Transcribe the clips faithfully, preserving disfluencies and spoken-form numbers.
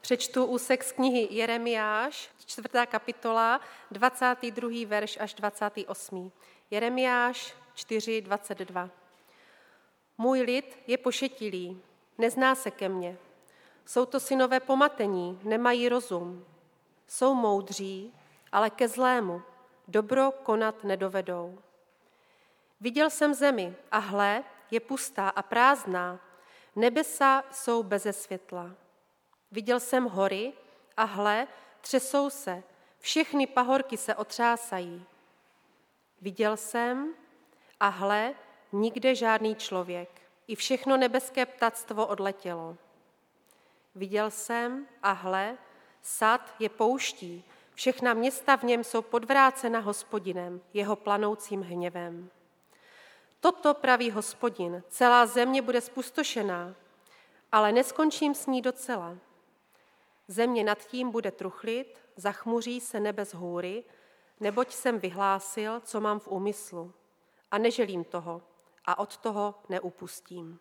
Přečtu úsek z knihy Jeremiáš, čtvrtá kapitola, dvacátý druhý verš až dvacátý osmý Jeremiáš čtyři dvacet dva. Můj lid je pošetilý, nezná se ke mně. Jsou to synové pomatení, nemají rozum. Jsou moudří, ale ke zlému. Dobro konat nedovedou. Viděl jsem zemi a hle, je pustá a prázdná. Nebesa jsou beze světla. Viděl jsem hory a hle, třesou se. Všechny pahorky se otřásají. Viděl jsem a hle, nikde žádný člověk. I všechno nebeské ptactvo odletělo. Viděl jsem a hle, sad je pouští, všechna města v něm jsou podvrácena Hospodinem, jeho planoucím hněvem. Toto praví Hospodin, celá země bude zpustošená, ale neskončím s ní docela. Země nad tím bude truchlit, zachmuří se nebe z hůry, neboť jsem vyhlásil, co mám v úmyslu, a neželím toho, a od toho neupustím.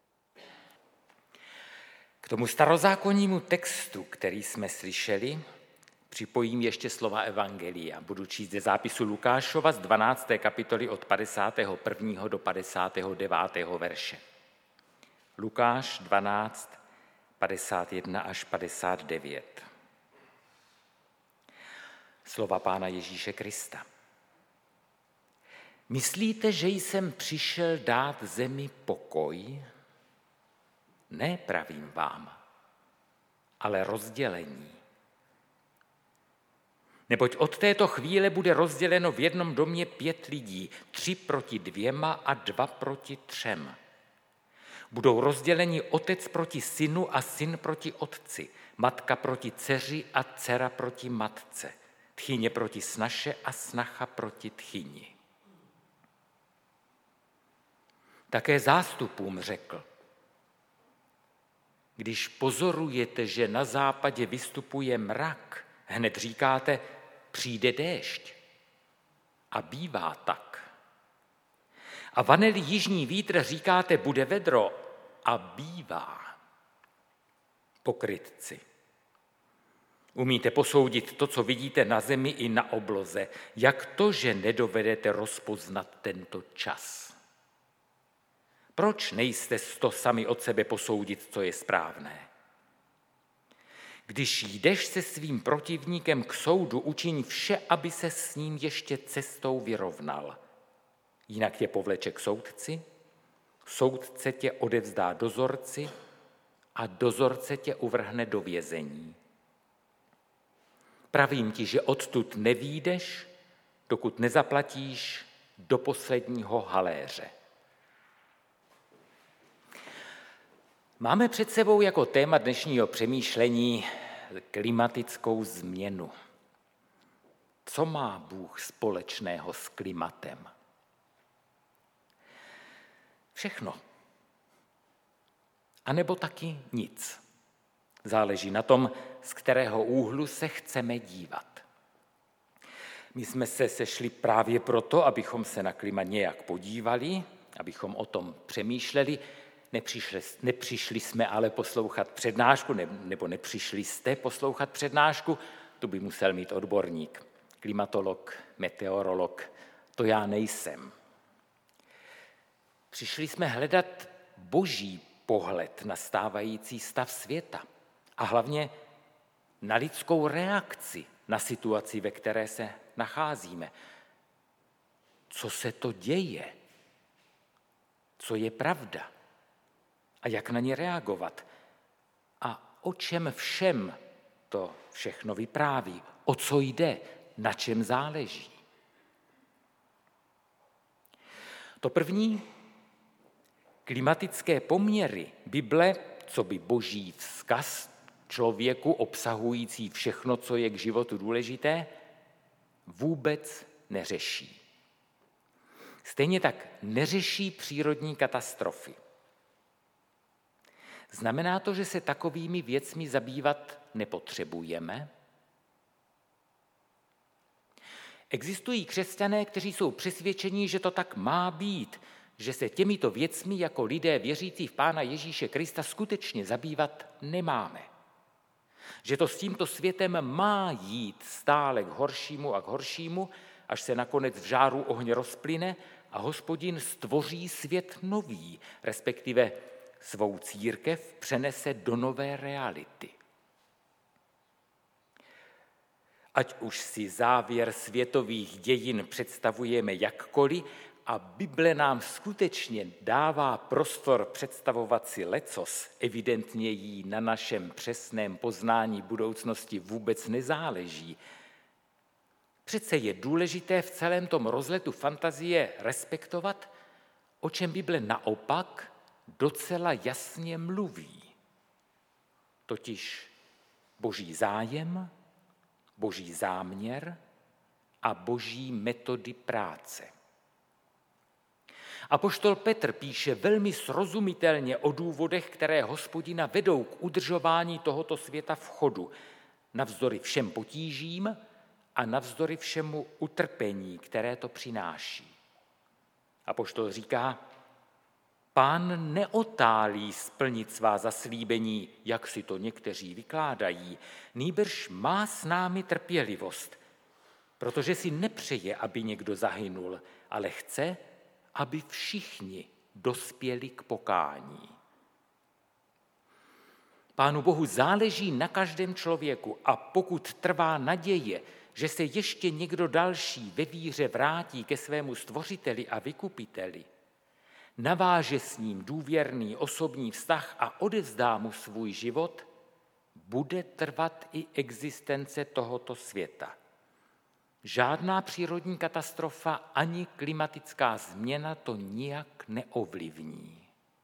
K tomu starozákonnímu textu, který jsme slyšeli, připojím ještě slova Evangelia. Budu číst ze zápisu Lukášova z dvanácté kapitoly od padesátého prvního do padesátého devátého verše. Lukáš dvanáct, padesát jedna až padesát devět. Slova Pána Ježíše Krista. Myslíte, že jsem přišel dát zemi pokoj? Ne, pravím vám, ale rozdělení. Neboť od této chvíle bude rozděleno v jednom domě pět lidí, tři proti dvěma a dva proti třem. Budou rozděleni otec proti synu a syn proti otci, matka proti dceři a dcera proti matce, tchyně proti snaše a snacha proti tchyni. Také zástupům řekl: Když pozorujete, že na západě vystupuje mrak, hned říkáte, přijde déšť. A bývá tak. A vane-li jižní vítr, říkáte, bude vedro. A bývá. Pokrytci. Umíte posoudit to, co vidíte na zemi i na obloze. Jak to, že nedovedete rozpoznat tento čas? Proč nejste to sami od sebe posoudit, co je správné? Když jdeš se svým protivníkem k soudu, učiň vše, aby se s ním ještě cestou vyrovnal. Jinak tě povleče k soudci, soudce tě odevzdá dozorci a dozorce tě uvrhne do vězení. Pravím ti, že odtud nevyjdeš, dokud nezaplatíš do posledního haléře. Máme před sebou jako téma dnešního přemýšlení klimatickou změnu. Co má Bůh společného s klimatem? Všechno. A nebo taky nic. Záleží na tom, z kterého úhlu se chceme dívat. My jsme se sešli právě proto, abychom se na klima nějak podívali, abychom o tom přemýšleli. Nepřišli, nepřišli jsme ale poslouchat přednášku, ne, nebo nepřišli jste poslouchat přednášku, tu by musel mít odborník, klimatolog, meteorolog, to já nejsem. Přišli jsme hledat boží pohled na stávající stav světa a hlavně na lidskou reakci na situaci, ve které se nacházíme. Co se to děje? Co je pravda? A jak na ně reagovat? A o čem všem to všechno vypráví? O co jde? Na čem záleží? To první, klimatické poměry Bible, co by boží vzkaz člověku obsahující všechno, co je k životu důležité, vůbec neřeší. Stejně tak neřeší přírodní katastrofy. Znamená to, že se takovými věcmi zabývat nepotřebujeme? Existují křesťané, kteří jsou přesvědčeni, že to tak má být, že se těmito věcmi jako lidé věřící v Pána Ježíše Krista skutečně zabývat nemáme. Že to s tímto světem má jít stále k horšímu a k horšímu, až se nakonec v žáru ohně rozplyne a Hospodin stvoří svět nový, respektive svou církev přenese do nové reality. Ať už si závěr světových dějin představujeme jakkoliv a Bible nám skutečně dává prostor představovat si lecos, evidentně jí na našem přesném poznání budoucnosti vůbec nezáleží. Přece je důležité v celém tom rozletu fantazie respektovat, o čem Bible naopak docela jasně mluví. Totiž boží zájem, boží záměr a boží metody práce. Apoštol Petr píše velmi srozumitelně o důvodech, které Hospodina vedou k udržování tohoto světa v chodu, navzdory všem potížím a navzdory všemu utrpení, které to přináší. Apoštol říká, Pán neotálí splnit svá zaslíbení, jak si to někteří vykládají, nýbrž má s námi trpělivost, protože si nepřeje, aby někdo zahynul, ale chce, aby všichni dospěli k pokání. Pánu Bohu záleží na každém člověku a pokud trvá naděje, že se ještě někdo další ve víře vrátí ke svému stvořiteli a vykupiteli, naváže s ním důvěrný osobní vztah a odevzdá mu svůj život, bude trvat i existence tohoto světa. Žádná přírodní katastrofa ani klimatická změna to nijak neovlivní.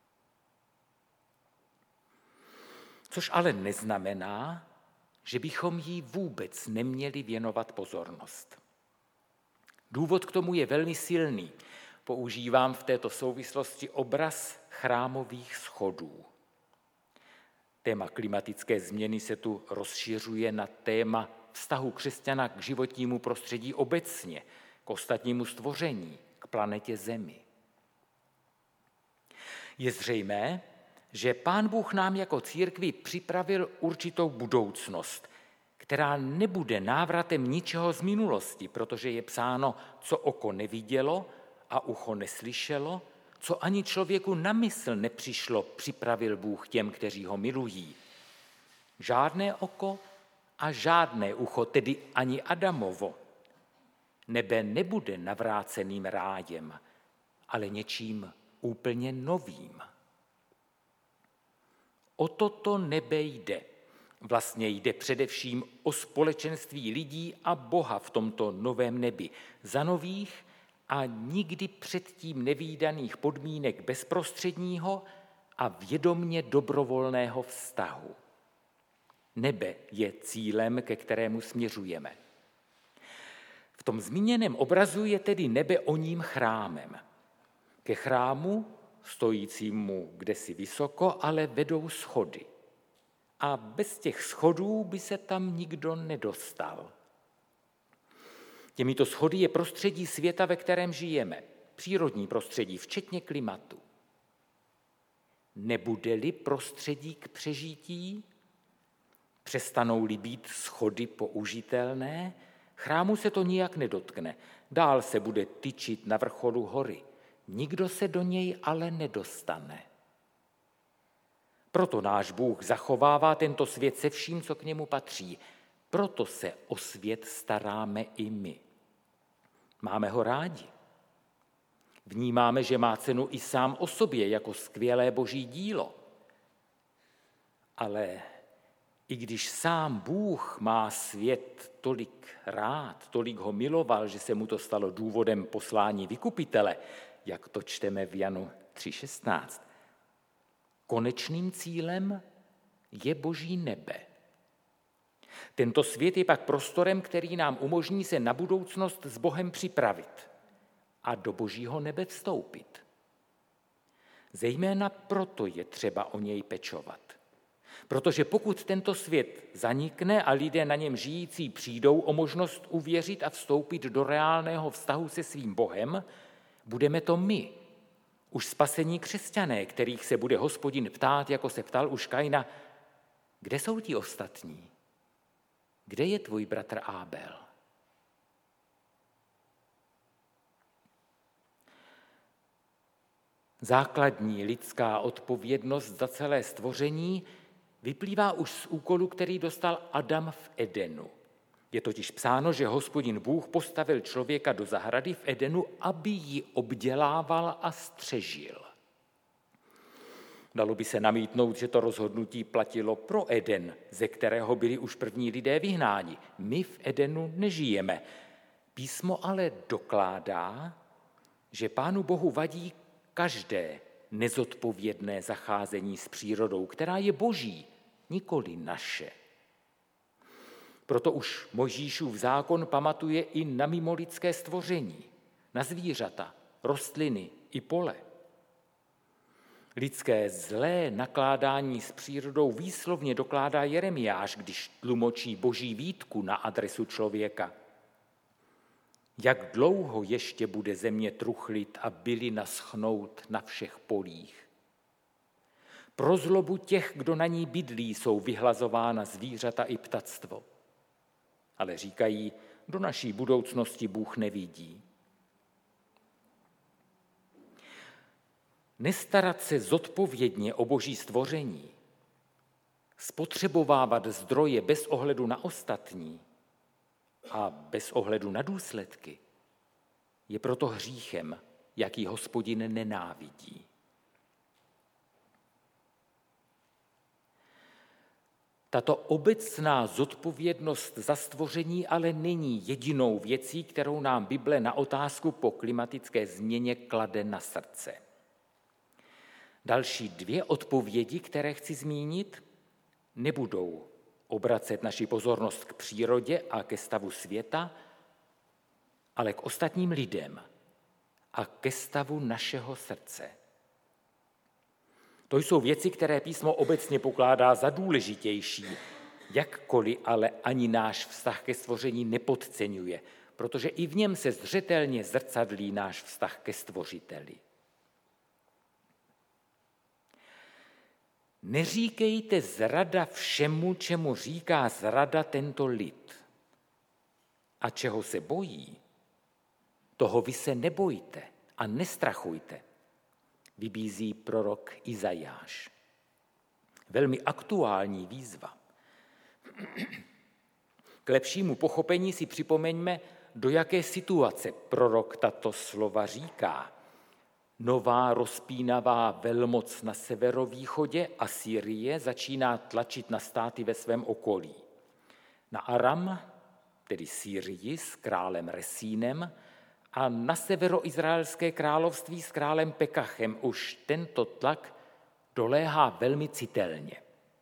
Což ale neznamená, že bychom jí vůbec neměli věnovat pozornost. Důvod k tomu je velmi silný. Používám v této souvislosti obraz chrámových schodů. Téma klimatické změny se tu rozšiřuje na téma vztahu křesťana k životnímu prostředí obecně, k ostatnímu stvoření, k planetě Zemi. Je zřejmé, že Pán Bůh nám jako církvi připravil určitou budoucnost, která nebude návratem ničeho z minulosti, protože je psáno, co oko nevidělo a ucho neslyšelo, co ani člověku na mysl nepřišlo, připravil Bůh těm, kteří ho milují. Žádné oko a žádné ucho, tedy ani Adamovo. Nebe nebude navráceným rájem, ale něčím úplně novým. O toto nebe jde. Vlastně jde především o společenství lidí a Boha v tomto novém nebi. Za nových a nikdy předtím nevídaných podmínek bezprostředního a vědomně dobrovolného vztahu. Nebe je cílem, ke kterému směřujeme. V tom zmíněném obrazu je tedy nebe oním chrámem. Ke chrámu, stojícímu kdesi vysoko, ale vedou schody. A bez těch schodů by se tam nikdo nedostal. Těmito schody je prostředí světa, ve kterém žijeme. Přírodní prostředí, včetně klimatu. Nebude-li prostředí k přežití, přestanou-li být schody použitelné, chrámu se to nijak nedotkne. Dál se bude tyčit na vrcholu hory. Nikdo se do něj ale nedostane. Proto náš Bůh zachovává tento svět se vším, co k němu patří. Proto se o svět staráme i my. Máme ho rádi. Vnímáme, že má cenu i sám o sobě jako skvělé boží dílo. Ale i když sám Bůh má svět tolik rád, tolik ho miloval, že se mu to stalo důvodem poslání vykupitele, jak to čteme v Janu tři šestnáct, konečným cílem je boží nebe. Tento svět je pak prostorem, který nám umožní se na budoucnost s Bohem připravit a do božího nebe vstoupit. Zejména proto je třeba o něj pečovat. Protože pokud tento svět zanikne a lidé na něm žijící přijdou o možnost uvěřit a vstoupit do reálného vztahu se svým Bohem, budeme to my, už spasení křesťané, kterých se bude Hospodin ptát, jako se ptal už Kaina, kde jsou ti ostatní? kde je tvůj bratr Ábel? Základní lidská odpovědnost za celé stvoření vyplývá už z úkolu, který dostal Adam v Edenu. Je totiž psáno, že Hospodin Bůh postavil člověka do zahrady v Edenu, aby ji obdělával a střežil. Dalo by se namítnout, že to rozhodnutí platilo pro Eden, ze kterého byli už první lidé vyhnáni. My v Edenu nežijeme. Písmo ale dokládá, že Pánu Bohu vadí každé nezodpovědné zacházení s přírodou, která je boží, nikoli naše. Proto už Mojžíšův zákon pamatuje i na mimolidské stvoření, na zvířata, rostliny i pole. Lidské zlé nakládání s přírodou výslovně dokládá Jeremiáš, když tlumočí boží výtku na adresu člověka. Jak dlouho ještě bude země truchlit a bylina schnout na všech polích? Pro zlobu těch, kdo na ní bydlí, jsou vyhlazována zvířata i ptactvo. Ale říkají, do naší budoucnosti Bůh nevidí. Nestarat se zodpovědně o boží stvoření, spotřebovávat zdroje bez ohledu na ostatní a bez ohledu na důsledky, je proto hříchem, jaký Hospodin nenávidí. Tato obecná zodpovědnost za stvoření ale není jedinou věcí, kterou nám Bible na otázku po klimatické změně klade na srdce. Další dvě odpovědi, které chci zmínit, nebudou obracet naši pozornost k přírodě a ke stavu světa, ale k ostatním lidem a ke stavu našeho srdce. To jsou věci, které písmo obecně pokládá za důležitější, jakkoliv ale ani náš vztah ke stvoření nepodceňuje, protože i v něm se zřetelně zrcadlí náš vztah ke stvořiteli. Neříkejte zrada všemu, čemu říká zrada tento lid. A čeho se bojí, toho vy se nebojte a nestrachujte, vybízí prorok Izajáš. Velmi aktuální výzva. K lepšímu pochopení si připomeňme, do jaké situace prorok tato slova říká. Nová rozpínavá velmoc na severovýchodě Asýrie začíná tlačit na státy ve svém okolí. Na Aram, tedy Sýrii s králem Resínem, a na severoizraelské království s králem Pekachem už tento tlak doléhá velmi citelně.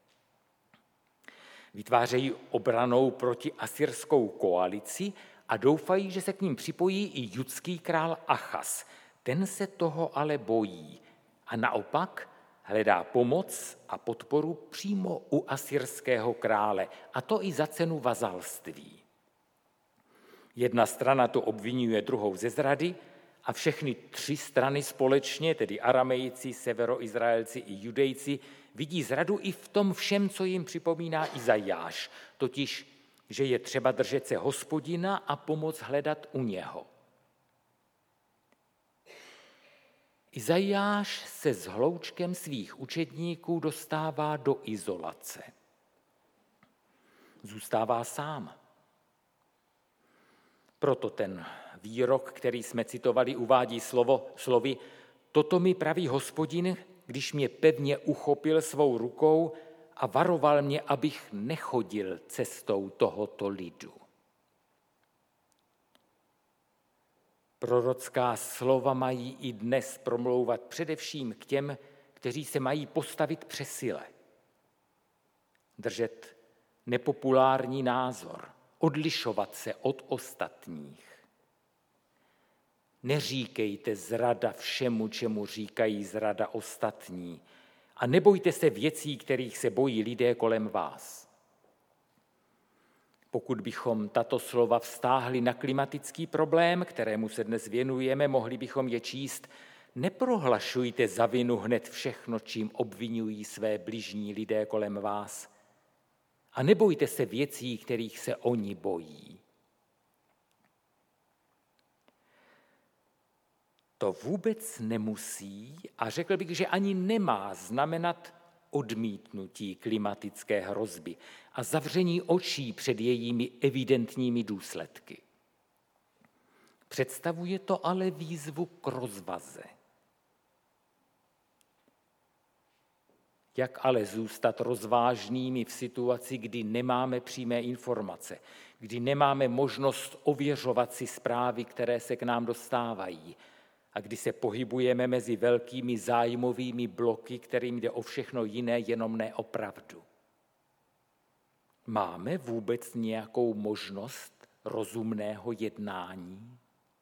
Vytvářejí obranou proti asyrskou koalici a doufají, že se k ním připojí i judský král Achaz. Ten se toho ale bojí a naopak hledá pomoc a podporu přímo u asyrského krále, a to i za cenu vazalství. Jedna strana to obvinuje druhou ze zrady a všechny tři strany společně, tedy Aramejci, Severoizraelci i Judejci, vidí zradu i v tom všem, co jim připomíná Izajáš, totiž, že je třeba držet se Hospodina a pomoc hledat u něho. Izajáš se s hloučkem svých učedníků dostává do izolace. Zůstává sám. Proto ten výrok, který jsme citovali, uvádí slovo, slovy toto mi praví Hospodin, když mě pevně uchopil svou rukou a varoval mě, abych nechodil cestou tohoto lidu. Prorocká slova mají i dnes promlouvat především k těm, kteří se mají postavit přesile. Držet nepopulární názor, odlišovat se od ostatních. Neříkejte zrada všemu, čemu říkají zrada ostatní, a nebojte se věcí, kterých se bojí lidé kolem vás. Pokud bychom tato slova vztáhli na klimatický problém, kterému se dnes věnujeme, mohli bychom je číst: neprohlašujte za vinu hned všechno, čím obvinují své bližní lidé kolem vás, A nebojte se věcí, kterých se oni bojí. To vůbec nemusí, a řekl bych, že ani nemá znamenat odmítnutí klimatické hrozby a zavření očí před jejími evidentními důsledky. Představuje to ale výzvu k rozvaze. Jak ale zůstat rozvážnými v situaci, kdy nemáme přímé informace, kdy nemáme možnost ověřovat si zprávy, které se k nám dostávají, a kdy se pohybujeme mezi velkými zájmovými bloky, kterým jde o všechno jiné, jenom ne o pravdu? Máme vůbec nějakou možnost rozumného jednání?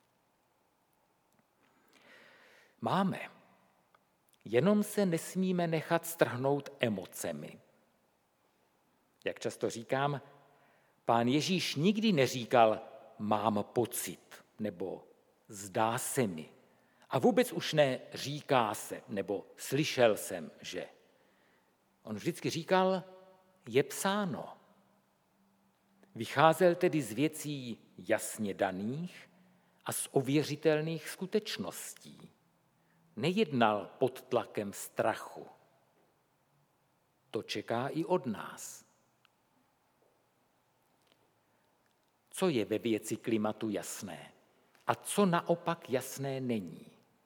Máme. Jenom se nesmíme nechat strhnout emocemi. Jak často říkám, Pán Ježíš nikdy neříkal mám pocit nebo zdá se mi. A vůbec už ne říká se nebo slyšel jsem, že. On vždycky říkal je psáno. Vycházel tedy z věcí jasně daných a z ověřitelných skutečností. Nejednal pod tlakem strachu. To čeká i od nás. Co je ve věci klimatu jasné a co naopak jasné není?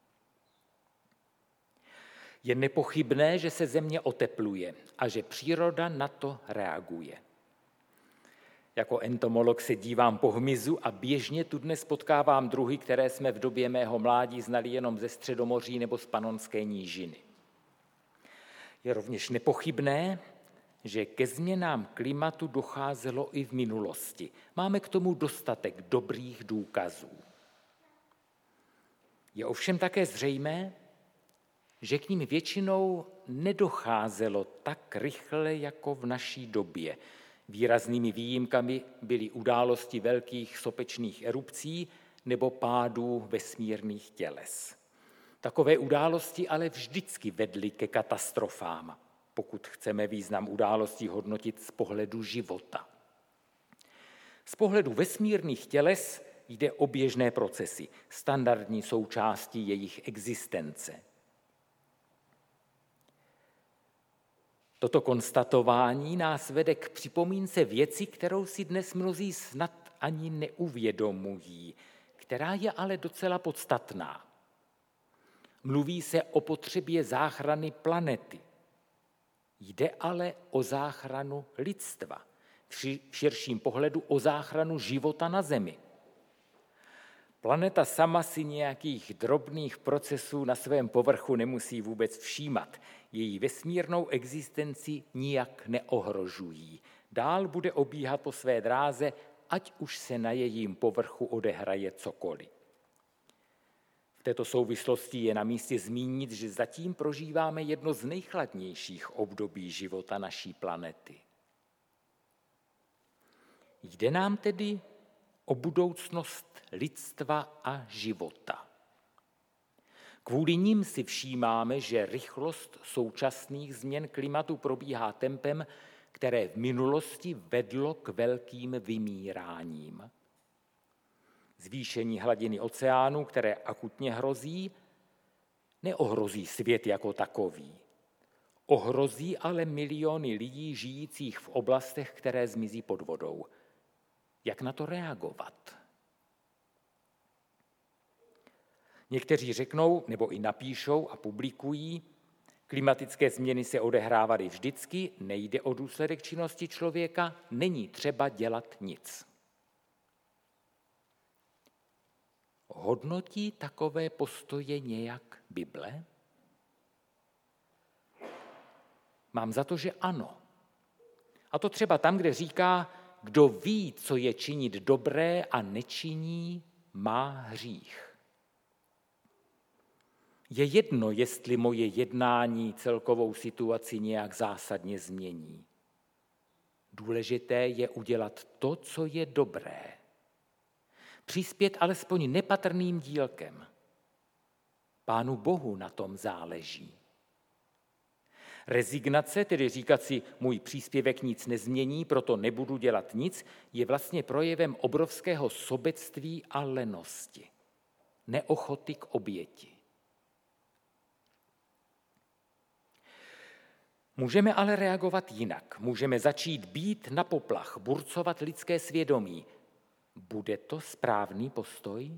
Je nepochybné, že se země otepluje a že příroda na to reaguje. Jako entomolog se dívám po hmyzu a běžně tu dnes potkávám druhy, které jsme v době mého mládí znali jenom ze Středomoří nebo z Panonské nížiny. Je rovněž nepochybné, že ke změnám klimatu docházelo i v minulosti. Máme k tomu dostatek dobrých důkazů. Je ovšem také zřejmé, že k nim většinou nedocházelo tak rychle jako v naší době. Výraznými výjimkami byly události velkých sopečných erupcí nebo pádů vesmírných těles. Takové události ale vždycky vedly ke katastrofám, pokud chceme význam událostí hodnotit z pohledu života. Z pohledu vesmírných těles jde o běžné procesy, standardní součástí jejich existence. Toto konstatování nás vede k připomínce věci, kterou si dnes mnozí snad ani neuvědomují, která je ale docela podstatná. Mluví se o potřebě záchrany planety. Jde ale o záchranu lidstva, v širším pohledu o záchranu života na Zemi. Planeta sama si nějakých drobných procesů na svém povrchu nemusí vůbec všímat. Její vesmírnou existenci nijak neohrožují. Dál bude obíhat po své dráze, ať už se na jejím povrchu odehraje cokoliv. V této souvislosti je na místě zmínit, že zatím prožíváme jedno z nejchladnějších období života naší planety. Jde nám tedy o budoucnost lidstva a života. Kvůli nim si všímáme, že rychlost současných změn klimatu probíhá tempem, které v minulosti vedlo k velkým vymíráním. Zvýšení hladiny oceánu, které akutně hrozí, neohrozí svět jako takový. Ohrozí ale miliony lidí žijících v oblastech, které zmizí pod vodou. Jak na to reagovat? Někteří řeknou, nebo i napíšou a publikují, klimatické změny se odehrávaly vždycky, nejde o důsledek činnosti člověka, není třeba dělat nic. Hodnotí takové postoje nějak Bible? Mám za to, že ano. A to třeba tam, kde říká, kdo ví, co je činit dobré a nečiní, má hřích. Je jedno, jestli moje jednání celkovou situaci nějak zásadně změní. Důležité je udělat to, co je dobré. Přispět alespoň nepatrným dílkem. Pánu Bohu na tom záleží. Rezignace, tedy říkat si, můj příspěvek nic nezmění, proto nebudu dělat nic, je vlastně projevem obrovského sobectví a lenosti, neochoty k oběti. Můžeme ale reagovat jinak. Můžeme začít bít na poplach, burcovat lidské svědomí. Bude to správný postoj?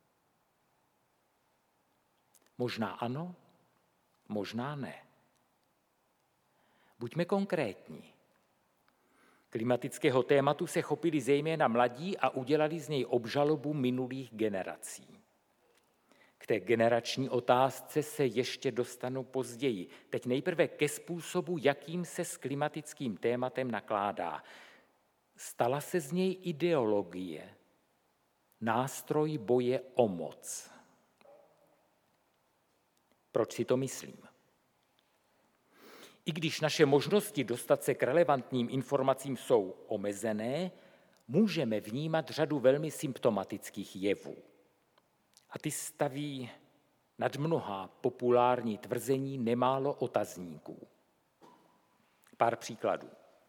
Možná ano, možná ne. Buďme konkrétní. Klimatického tématu se chopili zejména mladí a udělali z něj obžalobu minulých generací. K té generační otázce se ještě dostanu později. Teď nejprve ke způsobu, jakým se s klimatickým tématem nakládá. Stala se z něj ideologie, nástroj boje o moc. Proč si to myslím? I když naše možnosti dostat se k relevantním informacím jsou omezené, můžeme vnímat řadu velmi symptomatických jevů. A ty staví nad mnohá populární tvrzení nemálo otazníků. Pár příkladů.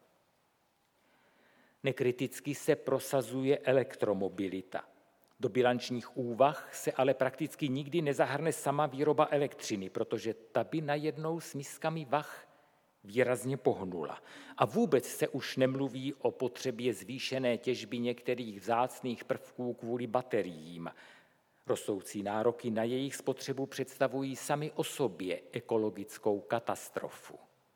Nekriticky se prosazuje elektromobilita. Do bilančních úvah se ale prakticky nikdy nezahrne sama výroba elektřiny, protože ta by najednou s miskami vah výrazně pohnula. A vůbec se už nemluví o potřebě zvýšené těžby některých vzácných prvků kvůli bateriím. Rostoucí nároky na jejich spotřebu představují sami o sobě ekologickou katastrofu.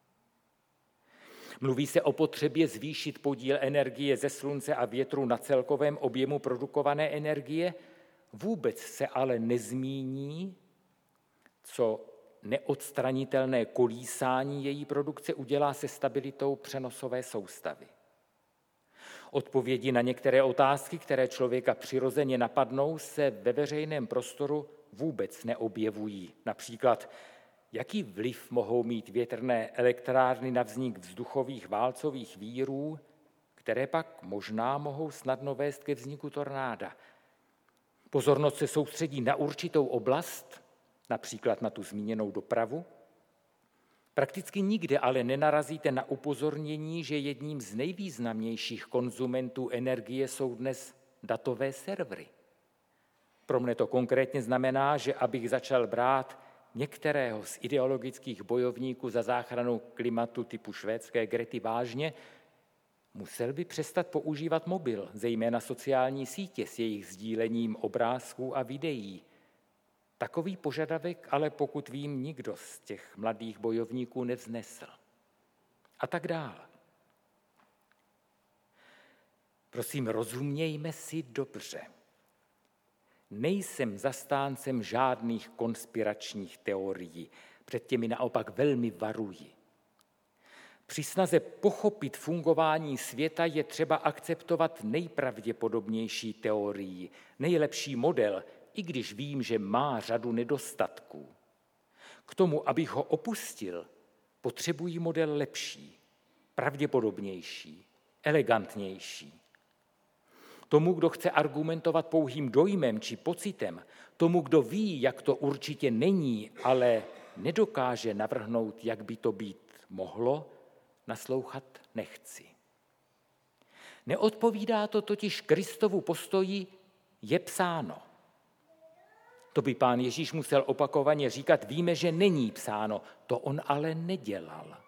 Mluví se o potřebě zvýšit podíl energie ze slunce a větru na celkovém objemu produkované energie, vůbec se ale nezmíní, co neodstranitelné kolísání její produkce udělá se stabilitou přenosové soustavy. Odpovědi na některé otázky, které člověka přirozeně napadnou, se ve veřejném prostoru vůbec neobjevují. Například, jaký vliv mohou mít větrné elektrárny na vznik vzduchových válcových vírů, které pak možná mohou snadno vést ke vzniku tornáda. Pozornost se soustředí na určitou oblast, například na tu zmíněnou dopravu. Prakticky nikde ale nenarazíte na upozornění, že jedním z nejvýznamnějších konzumentů energie jsou dnes datové servery. Pro mne to konkrétně znamená, že abych začal brát některého z ideologických bojovníků za záchranu klimatu typu švédské Grety vážně, musel by přestat používat mobil, zejména sociální sítě s jejich sdílením obrázků a videí. Takový požadavek ale pokud vím, nikdo z těch mladých bojovníků nevznesl. A tak dál. Prosím, rozumějme si dobře. Nejsem zastáncem žádných konspiračních teorií, před těmi naopak velmi varuji. Při snaze pochopit fungování světa je třeba akceptovat nejpravděpodobnější teorii, nejlepší model, i když vím, že má řadu nedostatků. K tomu, abych ho opustil, potřebuji model lepší, pravděpodobnější, elegantnější. Tomu, kdo chce argumentovat pouhým dojmem či pocitem, tomu, kdo ví, jak to určitě není, ale nedokáže navrhnout, jak by to být mohlo, naslouchat nechci. Neodpovídá to totiž Kristovu postoji, je psáno. To by pán Ježíš musel opakovaně říkat, víme, že není psáno, to on ale nedělal.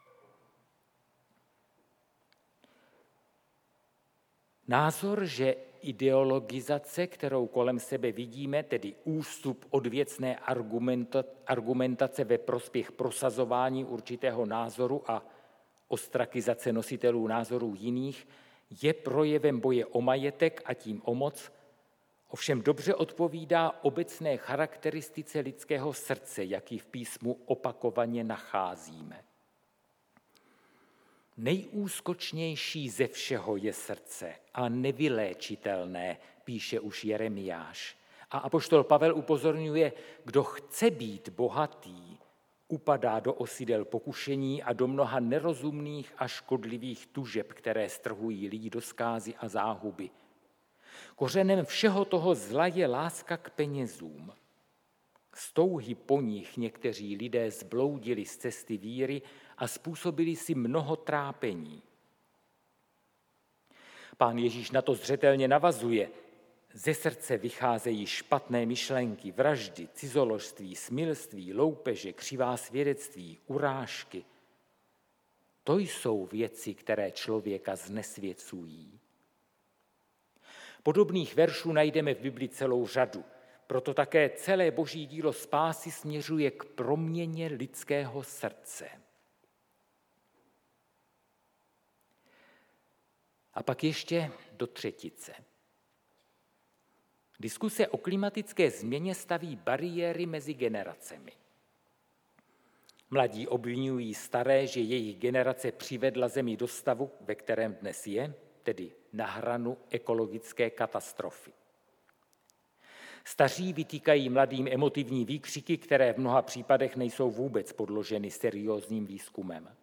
Názor, že ideologizace, kterou kolem sebe vidíme, tedy ústup od věcné argumentace ve prospěch prosazování určitého názoru a ostrakizace nositelů názorů jiných, je projevem boje o majetek a tím o moc, ovšem dobře odpovídá obecné charakteristice lidského srdce, jaký v písmu opakovaně nacházíme. Nejúskočnější ze všeho je srdce a nevyléčitelné, píše už Jeremiáš. A apoštol Pavel upozorňuje, kdo chce být bohatý, upadá do osidel pokušení a do mnoha nerozumných a škodlivých tužeb, které strhují lidi do zkázy a záhuby. Kořenem všeho toho zla je láska k penězům. Z touhy po nich někteří lidé zbloudili z cesty víry a způsobili si mnoho trápení. Pán Ježíš na to zřetelně navazuje. Ze srdce vycházejí špatné myšlenky, vraždy, cizoložství, smilství, loupeže, křivá svědectví, urážky. To jsou věci, které člověka znesvěcují. Podobných veršů najdeme v Bibli celou řadu. Proto také celé boží dílo spásy směřuje k proměně lidského srdce. A pak ještě do třetice. Diskuse o klimatické změně staví bariéry mezi generacemi. Mladí obvinují staré, že jejich generace přivedla zemi do stavu, ve kterém dnes je, tedy na hranu ekologické katastrofy. Staří vytýkají mladým emotivní výkřiky, které v mnoha případech nejsou vůbec podloženy seriózním výzkumem.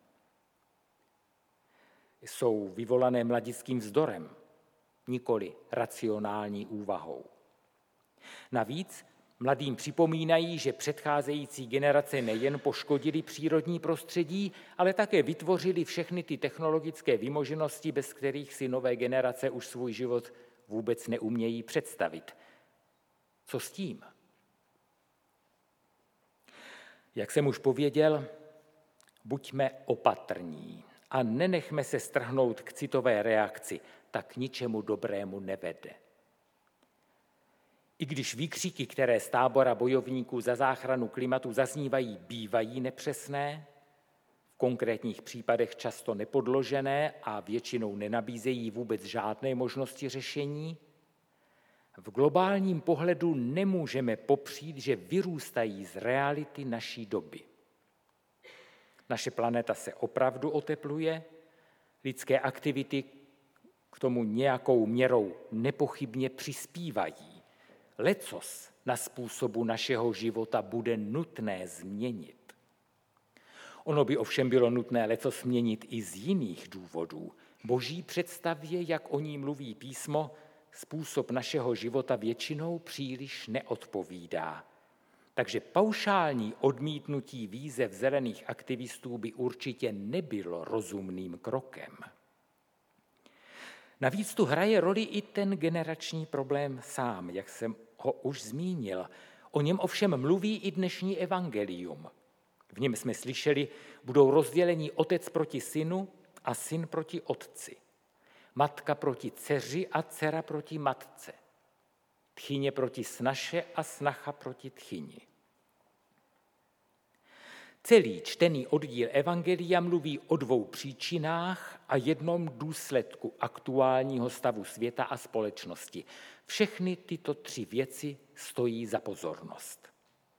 Jsou vyvolané mladickým vzdorem, nikoli racionální úvahou. Navíc mladým připomínají, že předcházející generace nejen poškodili přírodní prostředí, ale také vytvořili všechny ty technologické vymoženosti, bez kterých si nové generace už svůj život vůbec neumějí představit. Co s tím? Jak jsem už pověděl, buďme opatrní a nenechme se strhnout k citové reakci, tak ničemu dobrému nevede. I když výkřiky, které z tábora bojovníků za záchranu klimatu zaznívají, bývají nepřesné, v konkrétních případech často nepodložené a většinou nenabízejí vůbec žádné možnosti řešení, v globálním pohledu nemůžeme popřít, že vyrůstají z reality naší doby. Naše planeta se opravdu otepluje, lidské aktivity k tomu nějakou měrou nepochybně přispívají. Lecos na způsobu našeho života bude nutné změnit. Ono by ovšem bylo nutné lecos změnit i z jiných důvodů. Boží představě, jak o ní mluví písmo, způsob našeho života většinou příliš neodpovídá. Takže paušální odmítnutí výzev zelených aktivistů by určitě nebylo rozumným krokem. Navíc tu hraje roli i ten generační problém sám, jak jsem ho už zmínil. O něm ovšem mluví i dnešní evangelium. V něm jsme slyšeli, budou rozděleni otec proti synu a syn proti otci. Matka proti dceři a dcera proti matce. Tchyně proti snaše a snacha proti tchyni. Celý čtený oddíl evangelia mluví o dvou příčinách a jednom důsledku aktuálního stavu světa a společnosti. Všechny tyto tři věci stojí za pozornost.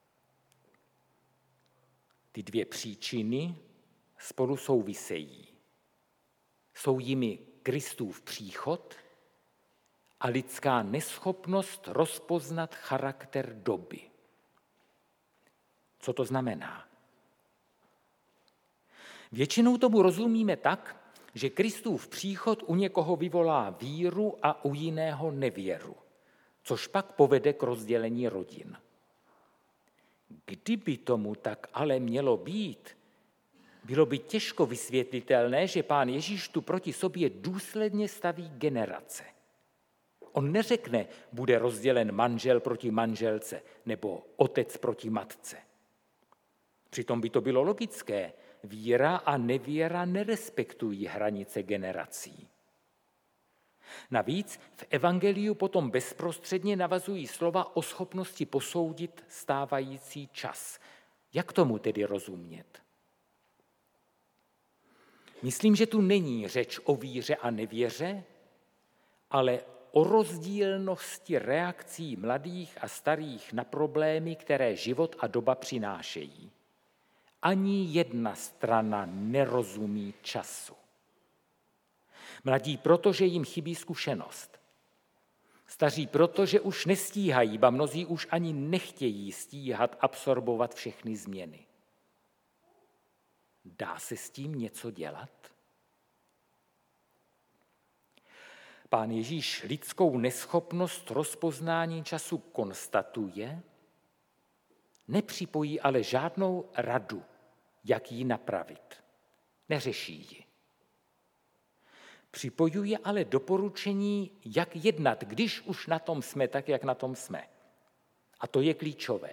Ty dvě příčiny spolu souvisejí. Jsou jimi Kristův příchod a lidská neschopnost rozpoznat charakter doby. Co to znamená? Většinou tomu rozumíme tak, že Kristův příchod u někoho vyvolá víru a u jiného nevěru, což pak povede k rozdělení rodin. Kdyby tomu tak ale mělo být, bylo by těžko vysvětlitelné, že Pán Ježíš tu proti sobě důsledně staví generace. On neřekne, bude rozdělen manžel proti manželce nebo otec proti matce. Přitom by to bylo logické. Víra a nevíra nerespektují hranice generací. Navíc v evangeliu potom bezprostředně navazují slova o schopnosti posoudit stávající čas. Jak tomu tedy rozumět? Myslím, že tu není řeč o víře a nevěře, ale o rozdílnosti reakcí mladých a starých na problémy, které život a doba přinášejí. Ani jedna strana nerozumí času. Mladí, protože jim chybí zkušenost. Staří, protože už nestíhají, ba mnozí už ani nechtějí stíhat absorbovat všechny změny. Dá se s tím něco dělat? Pán Ježíš lidskou neschopnost rozpoznání času konstatuje, nepřipojí ale žádnou radu, jak ji napravit. Neřeší ji. Připojuje ale doporučení, jak jednat, když už na tom jsme tak, jak na tom jsme. A to je klíčové.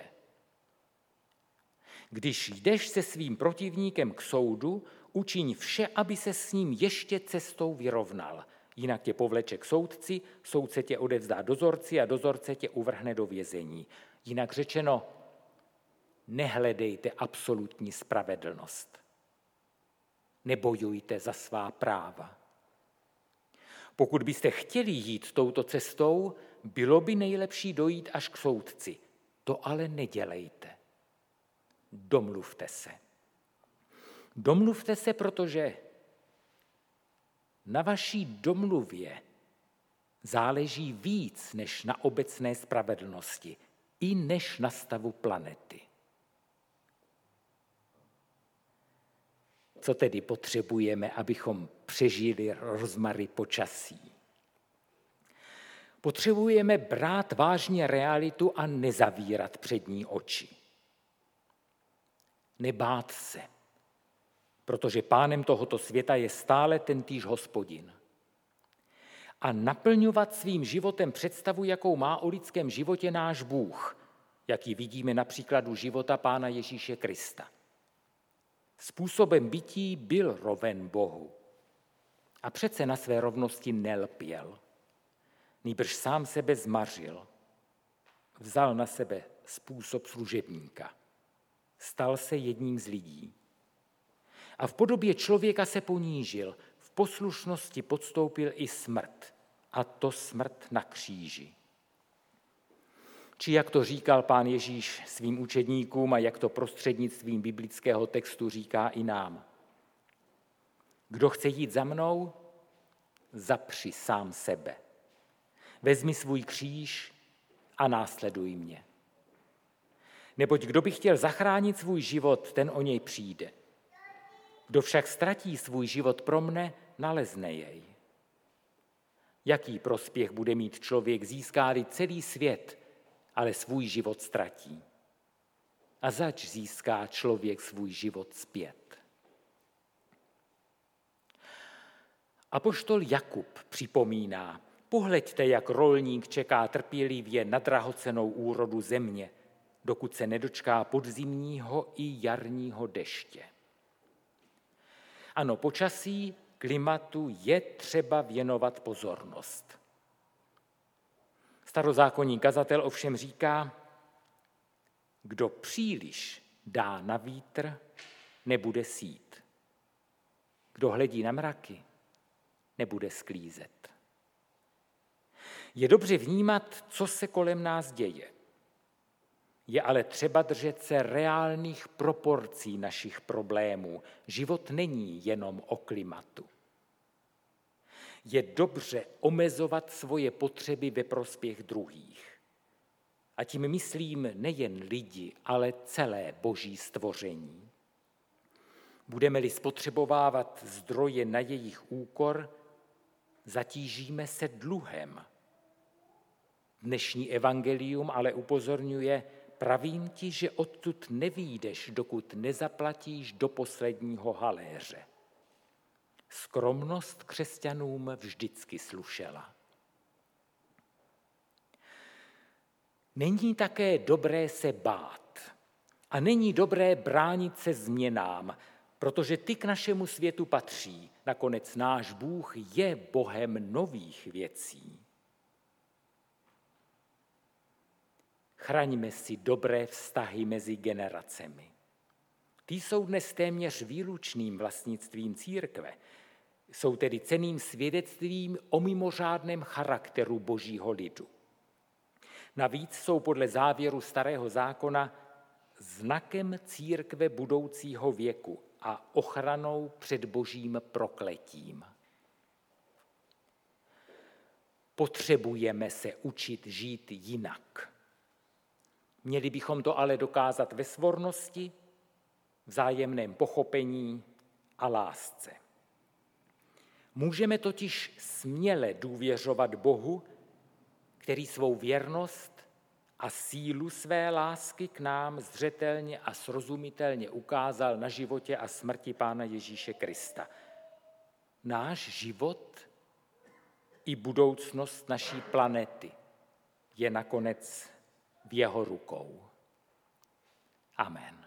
Když jdeš se svým protivníkem k soudu, učiň vše, aby se s ním ještě cestou vyrovnal. Jinak tě povleče k soudci, soudce tě odevzdá dozorci a dozorce tě uvrhne do vězení. Jinak řečeno, nehledejte absolutní spravedlnost. Nebojujte za svá práva. Pokud byste chtěli jít touto cestou, bylo by nejlepší dojít až k soudci. To ale nedělejte. Domluvte se. Domluvte se, protože na vaší domluvě záleží víc než na obecné spravedlnosti, i než na stavu planety. Co tedy potřebujeme, abychom přežili rozmary počasí? Potřebujeme brát vážně realitu a nezavírat před ní oči. Nebát se, protože pánem tohoto světa je stále tentýž Hospodin. A naplňovat svým životem představu, jakou má o lidském životě náš Bůh, jak ji vidíme na příkladu života Pána Ježíše Krista. Způsobem bytí byl roven Bohu. A přece na své rovnosti nelpěl. Nýbrž sám sebe zmařil. Vzal na sebe způsob služebníka. Stal se jedním z lidí. A v podobě člověka se ponížil. V poslušnosti podstoupil i smrt. A to smrt na kříži. Či jak to říkal Pán Ježíš svým učedníkům a jak to prostřednictvím biblického textu říká i nám. Kdo chce jít za mnou, zapři sám sebe. Vezmi svůj kříž a následuj mě. Neboť kdo by chtěl zachránit svůj život, ten o něj přijde. Kdo však ztratí svůj život pro mne, nalezne jej. Jaký prospěch bude mít člověk, získá-li celý svět, ale svůj život ztratí? A zač získá člověk svůj život zpět? Apoštol Jakub připomíná, pohleďte, jak rolník čeká trpělivě na drahocennou úrodu země, dokud se nedočká podzimního i jarního deště. Ano, počasí, klimatu je třeba věnovat pozornost. Starozákonní kazatel ovšem říká, kdo příliš dá na vítr, nebude sít. Kdo hledí na mraky, nebude sklízet. Je dobře vnímat, co se kolem nás děje. Je ale třeba držet se reálných proporcí našich problémů. Život není jenom o klimatu. Je dobře omezovat svoje potřeby ve prospěch druhých. A tím myslím nejen lidi, ale celé boží stvoření. Budeme-li spotřebovávat zdroje na jejich úkor, zatížíme se dluhem. Dnešní evangelium ale upozorňuje, pravím ti, že odtud nevyjdeš, dokud nezaplatíš do posledního haléře. Skromnost křesťanům vždycky slušela. Není také dobré se bát a není dobré bránit se změnám, protože ty k našemu světu patří. Nakonec náš Bůh je Bohem nových věcí. Chraňme si dobré vztahy mezi generacemi. Ty jsou dnes téměř výlučným vlastnictvím církve. Jsou tedy cenným svědectvím o mimořádném charakteru božího lidu. Navíc jsou podle závěru Starého zákona znakem církve budoucího věku a ochranou před božím prokletím. Potřebujeme se učit žít jinak. Měli bychom to ale dokázat ve svornosti, vzájemném pochopení a lásce. Můžeme totiž směle důvěřovat Bohu, který svou věrnost a sílu své lásky k nám zřetelně a srozumitelně ukázal na životě a smrti Pána Ježíše Krista. Náš život i budoucnost naší planety je nakonec v jeho rukou. Amen.